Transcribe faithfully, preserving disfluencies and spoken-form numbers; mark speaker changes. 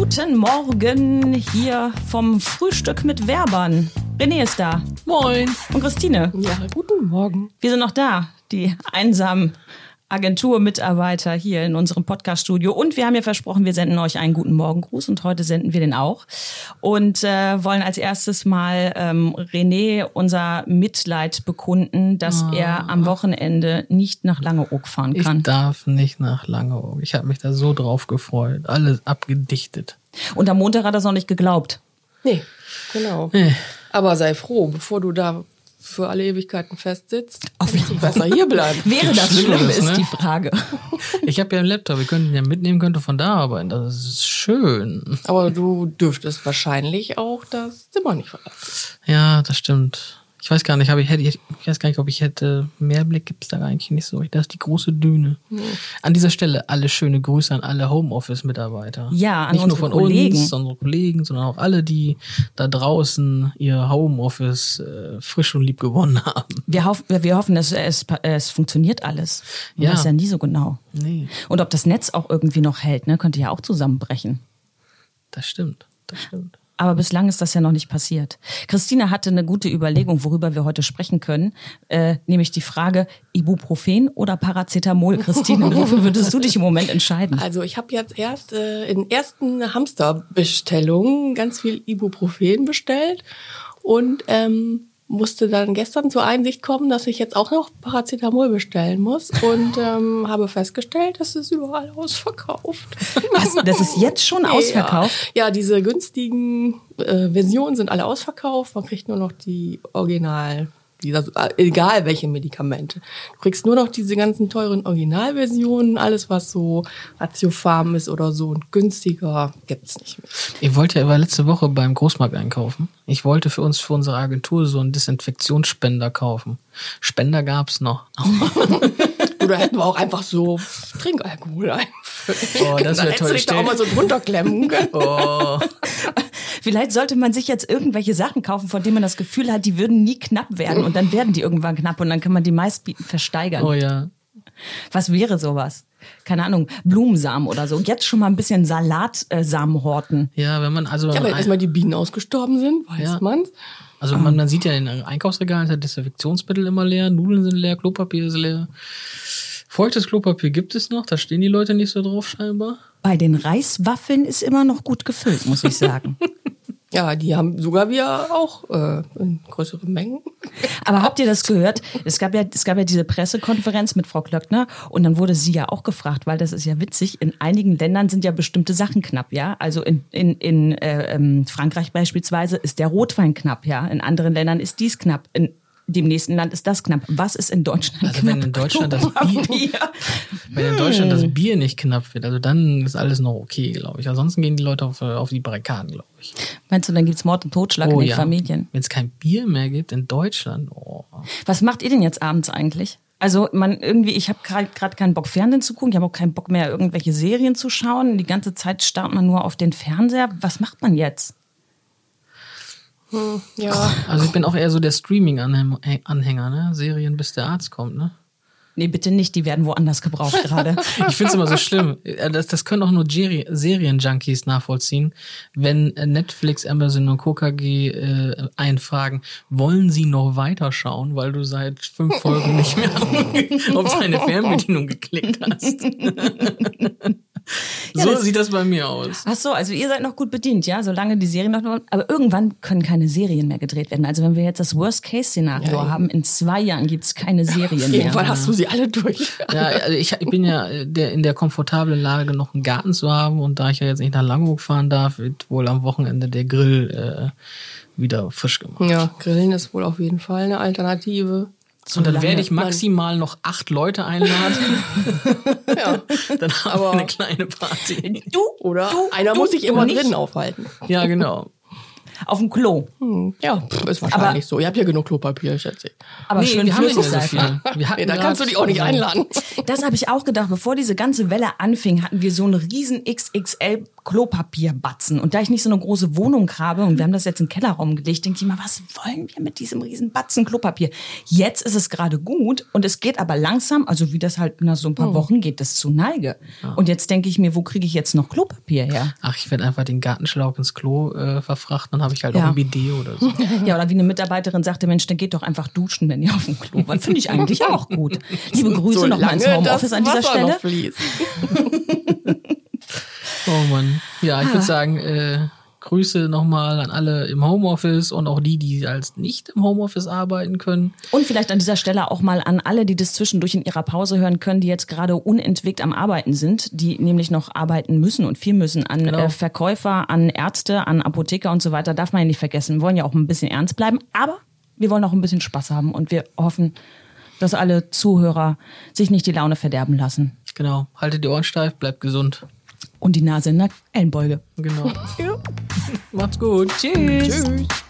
Speaker 1: Guten Morgen hier vom Frühstück mit Werbern. René ist da.
Speaker 2: Moin.
Speaker 1: Und Christine.
Speaker 3: Ja, guten Morgen.
Speaker 1: Wir sind noch da, die einsamen Agenturmitarbeiter hier in unserem Podcast-Studio. Und wir haben ja versprochen, wir senden euch einen guten Morgengruß und heute senden wir den auch. Und äh, wollen als erstes mal ähm, René unser Mitleid bekunden, dass oh. er am Wochenende nicht nach Langeoog fahren kann.
Speaker 2: Ich darf nicht nach Langeoog. Ich habe mich da so drauf gefreut. Alles abgedichtet.
Speaker 1: Und am Montag hat er es noch nicht geglaubt.
Speaker 3: Nee, genau.
Speaker 2: Nee.
Speaker 3: Aber sei froh, bevor du da für alle Ewigkeiten festsitzt, kannst du besser hier bleiben.
Speaker 1: Wäre das
Speaker 2: Schlimm
Speaker 1: schlimm,
Speaker 2: ist,
Speaker 1: ist
Speaker 2: ne?
Speaker 1: die Frage.
Speaker 2: Ich habe ja einen Laptop, wir könnten ihn ja mitnehmen, könnte von da arbeiten. Das ist schön.
Speaker 3: Aber du dürftest wahrscheinlich auch das Zimmer nicht verlassen.
Speaker 2: Ja, das stimmt. Ich weiß gar nicht, aber ich hätte, ich weiß gar nicht, ob ich hätte, mehr Blick gibt's da eigentlich nicht so. Das ist die große Düne. Mhm. An dieser Stelle alle schöne Grüße an alle Homeoffice-Mitarbeiter.
Speaker 1: Ja, an
Speaker 2: nicht nur
Speaker 1: unsere
Speaker 2: von
Speaker 1: Kollegen.
Speaker 2: uns, unsere Kollegen, sondern auch alle, die da draußen ihr Homeoffice äh, frisch und lieb gewonnen haben.
Speaker 1: Wir hoffen, wir hoffen, dass es, es funktioniert alles. Man
Speaker 2: Ja.
Speaker 1: weiß ja nie so genau.
Speaker 2: Nee,
Speaker 1: Und ob das Netz auch irgendwie noch hält, ne, könnte ja auch zusammenbrechen.
Speaker 2: das stimmt, das stimmt.
Speaker 1: Aber bislang ist das ja noch nicht passiert. Christina hatte eine gute Überlegung, worüber wir heute sprechen können, äh, nämlich die Frage Ibuprofen oder Paracetamol. Christine, wofür würdest du dich im Moment entscheiden?
Speaker 3: Also ich habe jetzt erst äh, in ersten Hamsterbestellungen ganz viel Ibuprofen bestellt und ähm, musste dann gestern zur Einsicht kommen, dass ich jetzt auch noch Paracetamol bestellen muss und ähm, habe festgestellt, dass es überall ausverkauft.
Speaker 1: Was, das ist jetzt schon ausverkauft?
Speaker 3: Ja, ja, diese günstigen äh, Versionen sind alle ausverkauft. Man kriegt nur noch die Original, die, also, egal welche Medikamente. Du kriegst nur noch diese ganzen teuren Originalversionen. Alles, was so Ratiopharm ist oder so und günstiger, gibt's nicht mehr.
Speaker 2: Ich wollte ja, war letzte Woche beim Großmarkt einkaufen. Ich wollte für uns, für unsere Agentur so einen Desinfektionsspender kaufen. Spender gab's noch.
Speaker 3: Oder hätten wir auch einfach so Trinkalkohol einfüllen.
Speaker 2: Oh, das
Speaker 3: Dann
Speaker 2: wäre
Speaker 3: hättest
Speaker 2: toll.
Speaker 3: du dich da auch mal so drunter klemmen können.
Speaker 2: Oh.
Speaker 1: Vielleicht sollte man sich jetzt irgendwelche Sachen kaufen, von denen man das Gefühl hat, die würden nie knapp werden. Und dann werden die irgendwann knapp und dann kann man die meistbieten versteigern.
Speaker 2: Oh ja.
Speaker 1: Was wäre sowas? Keine Ahnung, Blumensamen oder so. Jetzt schon mal ein bisschen Salatsamen horten.
Speaker 2: Ja, wenn man, also, wenn
Speaker 3: Ja, aber
Speaker 2: man
Speaker 3: erstmal die Bienen ausgestorben sind, weiß
Speaker 2: Ja.
Speaker 3: man's.
Speaker 2: Also man, man sieht ja in den Einkaufsregalen, ist ja Desinfektionsmittel immer leer, Nudeln sind leer, Klopapier ist leer. Feuchtes Klopapier gibt es noch, da stehen die Leute nicht so drauf scheinbar.
Speaker 1: Bei den Reiswaffeln ist immer noch gut gefüllt, muss ich sagen.
Speaker 3: Ja, die haben sogar wir auch äh, in größeren Mengen.
Speaker 1: Aber habt ihr das gehört? Es gab ja, es gab ja diese Pressekonferenz mit Frau Klöckner und dann wurde sie ja auch gefragt, weil das ist ja witzig, in einigen Ländern sind ja bestimmte Sachen knapp, ja? Also in, in, in äh, ähm, Frankreich beispielsweise ist der Rotwein knapp, ja? In anderen Ländern ist dies knapp, in dem nächsten Land ist das knapp. Was ist in Deutschland
Speaker 2: Also
Speaker 1: knapp?
Speaker 2: wenn in Deutschland das Bier, wenn in Deutschland das Bier nicht knapp wird, also dann ist alles noch okay, glaube ich. Ansonsten gehen die Leute auf, auf die Barrikaden, glaube ich.
Speaker 1: Meinst du, dann gibt's Mord und Totschlag
Speaker 2: Oh
Speaker 1: in den
Speaker 2: ja.
Speaker 1: Familien?
Speaker 2: Wenn es kein Bier mehr gibt in Deutschland, oh.
Speaker 1: Was macht ihr denn jetzt abends eigentlich? Also man irgendwie, ich habe gerade keinen Bock, Fernsehen zu gucken. Ich habe auch keinen Bock mehr, irgendwelche Serien zu schauen. Die ganze Zeit starrt man nur auf den Fernseher. Was macht man jetzt?
Speaker 3: Hm, ja.
Speaker 2: Also ich bin auch eher so der Streaming-Anhänger, ne? Serien, bis der Arzt kommt, ne?
Speaker 1: Nee, bitte nicht, die werden woanders gebraucht gerade.
Speaker 2: Ich find's immer so schlimm. Das, das können auch nur Geri- Serien-Junkies nachvollziehen, wenn Netflix, Amazon und Co. K G äh, einfragen, wollen sie noch weiterschauen, weil du seit fünf Folgen nicht mehr auf deine Fernbedienung geklickt hast.
Speaker 1: Ja,
Speaker 2: So
Speaker 1: das-
Speaker 2: sieht das bei mir aus.
Speaker 1: Ach so, also ihr seid noch gut bedient, ja, solange die Serien noch, aber irgendwann können keine Serien mehr gedreht werden. Also wenn wir jetzt das Worst-Case-Szenario
Speaker 3: Ja, ja.
Speaker 1: haben, in zwei Jahren gibt's keine Serien mehr.
Speaker 3: Irgendwann hast du sie alle durch.
Speaker 2: Ja, also ich, ich bin ja der, in der komfortablen Lage, noch einen Garten zu haben, und da ich ja jetzt nicht nach Langeoog fahren darf, wird wohl am Wochenende der Grill äh, wieder frisch gemacht.
Speaker 3: Ja, Grillen ist wohl auf jeden Fall eine Alternative.
Speaker 2: Und dann
Speaker 1: Solange
Speaker 2: werde ich
Speaker 3: man-
Speaker 2: maximal noch acht Leute einladen.
Speaker 3: Ja.
Speaker 2: Dann haben
Speaker 3: Aber-
Speaker 2: wir eine kleine Party.
Speaker 1: Du,
Speaker 3: Oder
Speaker 1: du,
Speaker 3: einer
Speaker 1: du,
Speaker 3: muss sich immer
Speaker 1: nicht
Speaker 3: drinnen aufhalten.
Speaker 2: Ja, genau.
Speaker 1: auf dem Klo.
Speaker 3: Hm, ja, pff, ist wahrscheinlich so. Ihr habt ja genug Klopapier, schätze ich.
Speaker 1: Aber
Speaker 2: Nee,
Speaker 1: schön
Speaker 2: wir haben nicht mehr
Speaker 1: flüssig
Speaker 2: so
Speaker 1: sein.
Speaker 2: viel. Wir hatten
Speaker 3: Nee, da kannst du
Speaker 2: grad-
Speaker 3: dich auch nicht einladen.
Speaker 1: Das habe ich auch gedacht. Bevor diese ganze Welle anfing, hatten wir so einen riesen X X L Klopapierbatzen. Und da ich nicht so eine große Wohnung habe und wir haben das jetzt in den Kellerraum gelegt, denke ich mal, was wollen wir mit diesem riesen Batzen Klopapier? Jetzt ist es gerade gut und es geht aber langsam, also wie das halt nach so ein paar
Speaker 3: Oh.
Speaker 1: Wochen geht, das zu Neige.
Speaker 2: Ja.
Speaker 1: Und jetzt denke ich mir, wo kriege ich jetzt noch Klopapier her?
Speaker 2: Ach, ich werde einfach den Gartenschlauch ins Klo äh, verfrachten, dann habe ich halt
Speaker 1: Ja.
Speaker 2: auch ein Bidet oder so.
Speaker 1: Ja, oder wie eine Mitarbeiterin sagte, Mensch, dann geht doch einfach duschen, wenn ihr auf dem Klo wart. Finde ich eigentlich auch gut. Liebe Grüße nochmal ins Homeoffice
Speaker 3: das
Speaker 1: an dieser
Speaker 3: Wasser
Speaker 1: Stelle.
Speaker 3: noch fließt.
Speaker 2: Oh Mann. Ja, ich würde sagen, äh, Grüße nochmal an alle im Homeoffice und auch die, die als nicht im Homeoffice arbeiten können.
Speaker 1: Und vielleicht an dieser Stelle auch mal an alle, die das zwischendurch in ihrer Pause hören können, die jetzt gerade unentwegt am Arbeiten sind, die nämlich noch arbeiten müssen und viel müssen. An
Speaker 2: Genau.
Speaker 1: äh, Verkäufer, an Ärzte, an Apotheker und so weiter, darf man ja nicht vergessen. Wir wollen ja auch ein bisschen ernst bleiben, aber wir wollen auch ein bisschen Spaß haben und wir hoffen, dass alle Zuhörer sich nicht die Laune verderben lassen.
Speaker 2: Genau. Haltet die Ohren steif, bleibt gesund.
Speaker 1: Und die Nase in der Ellenbeuge.
Speaker 2: Genau. Macht's gut.
Speaker 1: Tschüss.
Speaker 3: Tschüss.